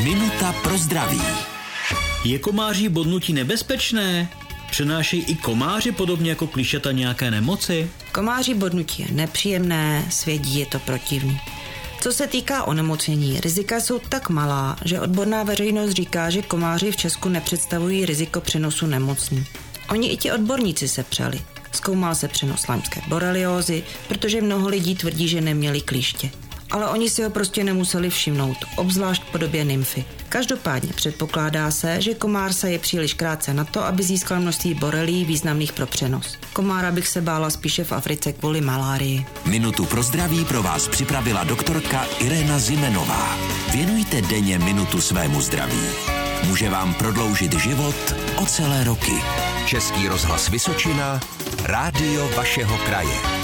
Minuta pro zdraví. Je komáří bodnutí nebezpečné? Přenášejí i komáři podobně jako klíšata nějaké nemoci? Komáří bodnutí je nepříjemné, svědí je to protivný. Co se týká onemocnění, rizika jsou tak malá, že odborná veřejnost říká, že komáři v Česku nepředstavují riziko přenosu nemocní. Oni i ti odborníci se přeli. Zkoumal se přenos lymeské boreliózy, protože mnoho lidí tvrdí, že neměli klíště. Ale oni si ho prostě nemuseli všimnout, obzvlášť v podobě nymfy. Každopádně předpokládá se, že komár je příliš krátce na to, aby získal množství borelií významných pro přenos. Komára bych se bála spíše v Africe kvůli malárii. Minutu pro zdraví pro vás připravila doktorka Irena Zimenová. Věnujte denně minutu svému zdraví. Může vám prodloužit život o celé roky. Český rozhlas Vysočina, rádio vašeho kraje.